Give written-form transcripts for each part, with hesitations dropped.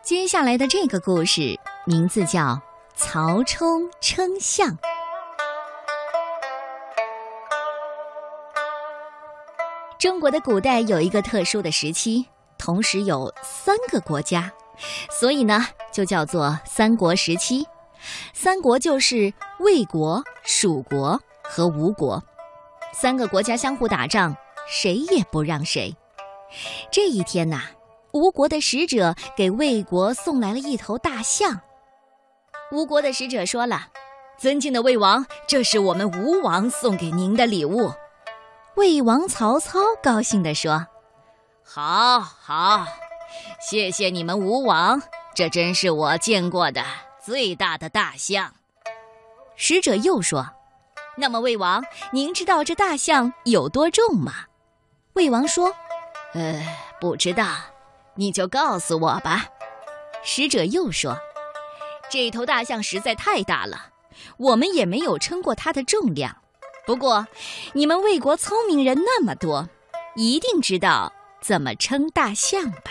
接下来的这个故事名字叫《曹冲称象》。中国的古代有一个特殊的时期，同时有3个国家，所以呢，就叫做三国时期。三国就是魏国、蜀国和吴国，3个国家相互打仗，谁也不让谁。这一天呐，吴国的使者给魏国送来了一头大象。吴国的使者说了：“尊敬的魏王，这是我们吴王送给您的礼物。”魏王曹操高兴地说：“好好，谢谢你们吴王，这真是我见过的最大的大象。”使者又说：“那么魏王，您知道这大象有多重吗？”魏王说：“不知道，你就告诉我吧。”使者又说：“这头大象实在太大了，我们也没有称过它的重量。不过，你们魏国聪明人那么多，一定知道怎么称大象吧？”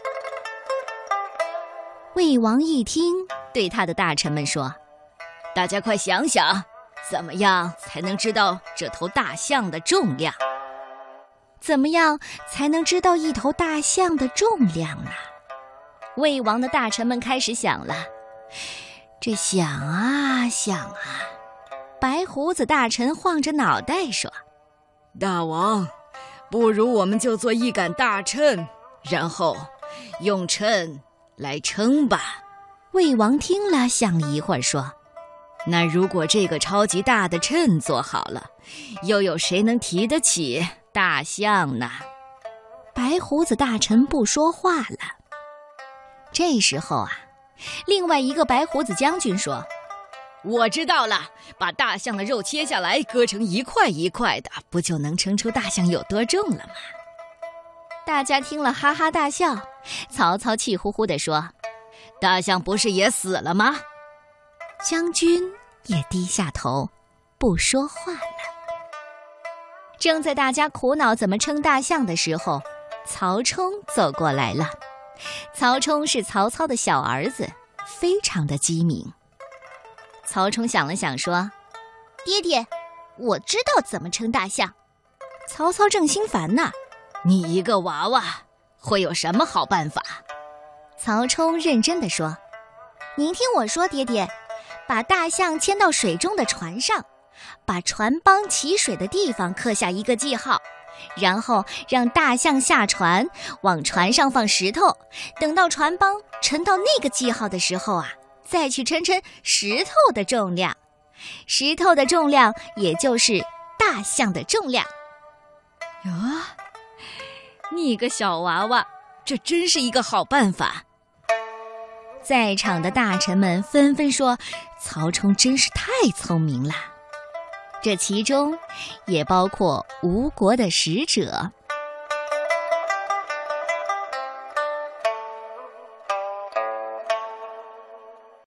魏王一听，对他的大臣们说：“大家快想想，怎么样才能知道这头大象的重量？”怎么样才能知道一头大象的重量呢？魏王的大臣们开始想了，这想啊想啊，白胡子大臣晃着脑袋说：“ 大王，不如我们就做一杆大秤，然后用秤来称吧。” 魏王听了，想了一会儿说：“ 那如果这个超级大的秤做好了，又有谁能提得起大象呢？” 白胡子大臣不说话了。这时候啊，另外一个白胡子将军说：“ 我知道了，把大象的肉切下来，割成一块一块的，不就能称出大象有多重了吗？” 大家听了哈哈大笑。曹操气呼呼地说：“ 大象不是也死了吗？” 将军也低下头，不说话了。正在大家苦恼怎么称大象的时候，曹冲走过来了。曹冲是曹操的小儿子，非常的机敏。曹冲想了想说：“爹爹，我知道怎么称大象。”曹操正心烦呢：“ 你一个娃娃，会有什么好办法？” 曹冲认真地说：“您听我说，爹爹，把大象牵到水中的船上，把船帮起水的地方刻下一个记号，然后让大象下船，往船上放石头，等到船帮沉到那个记号的时候啊，再去称石头的重量，石头的重量也就是大象的重量。” 哟，你个小娃娃，这真是一个好办法。 在场的大臣们纷纷说：“曹冲真是太聪明了。”这其中也包括吴国的使者。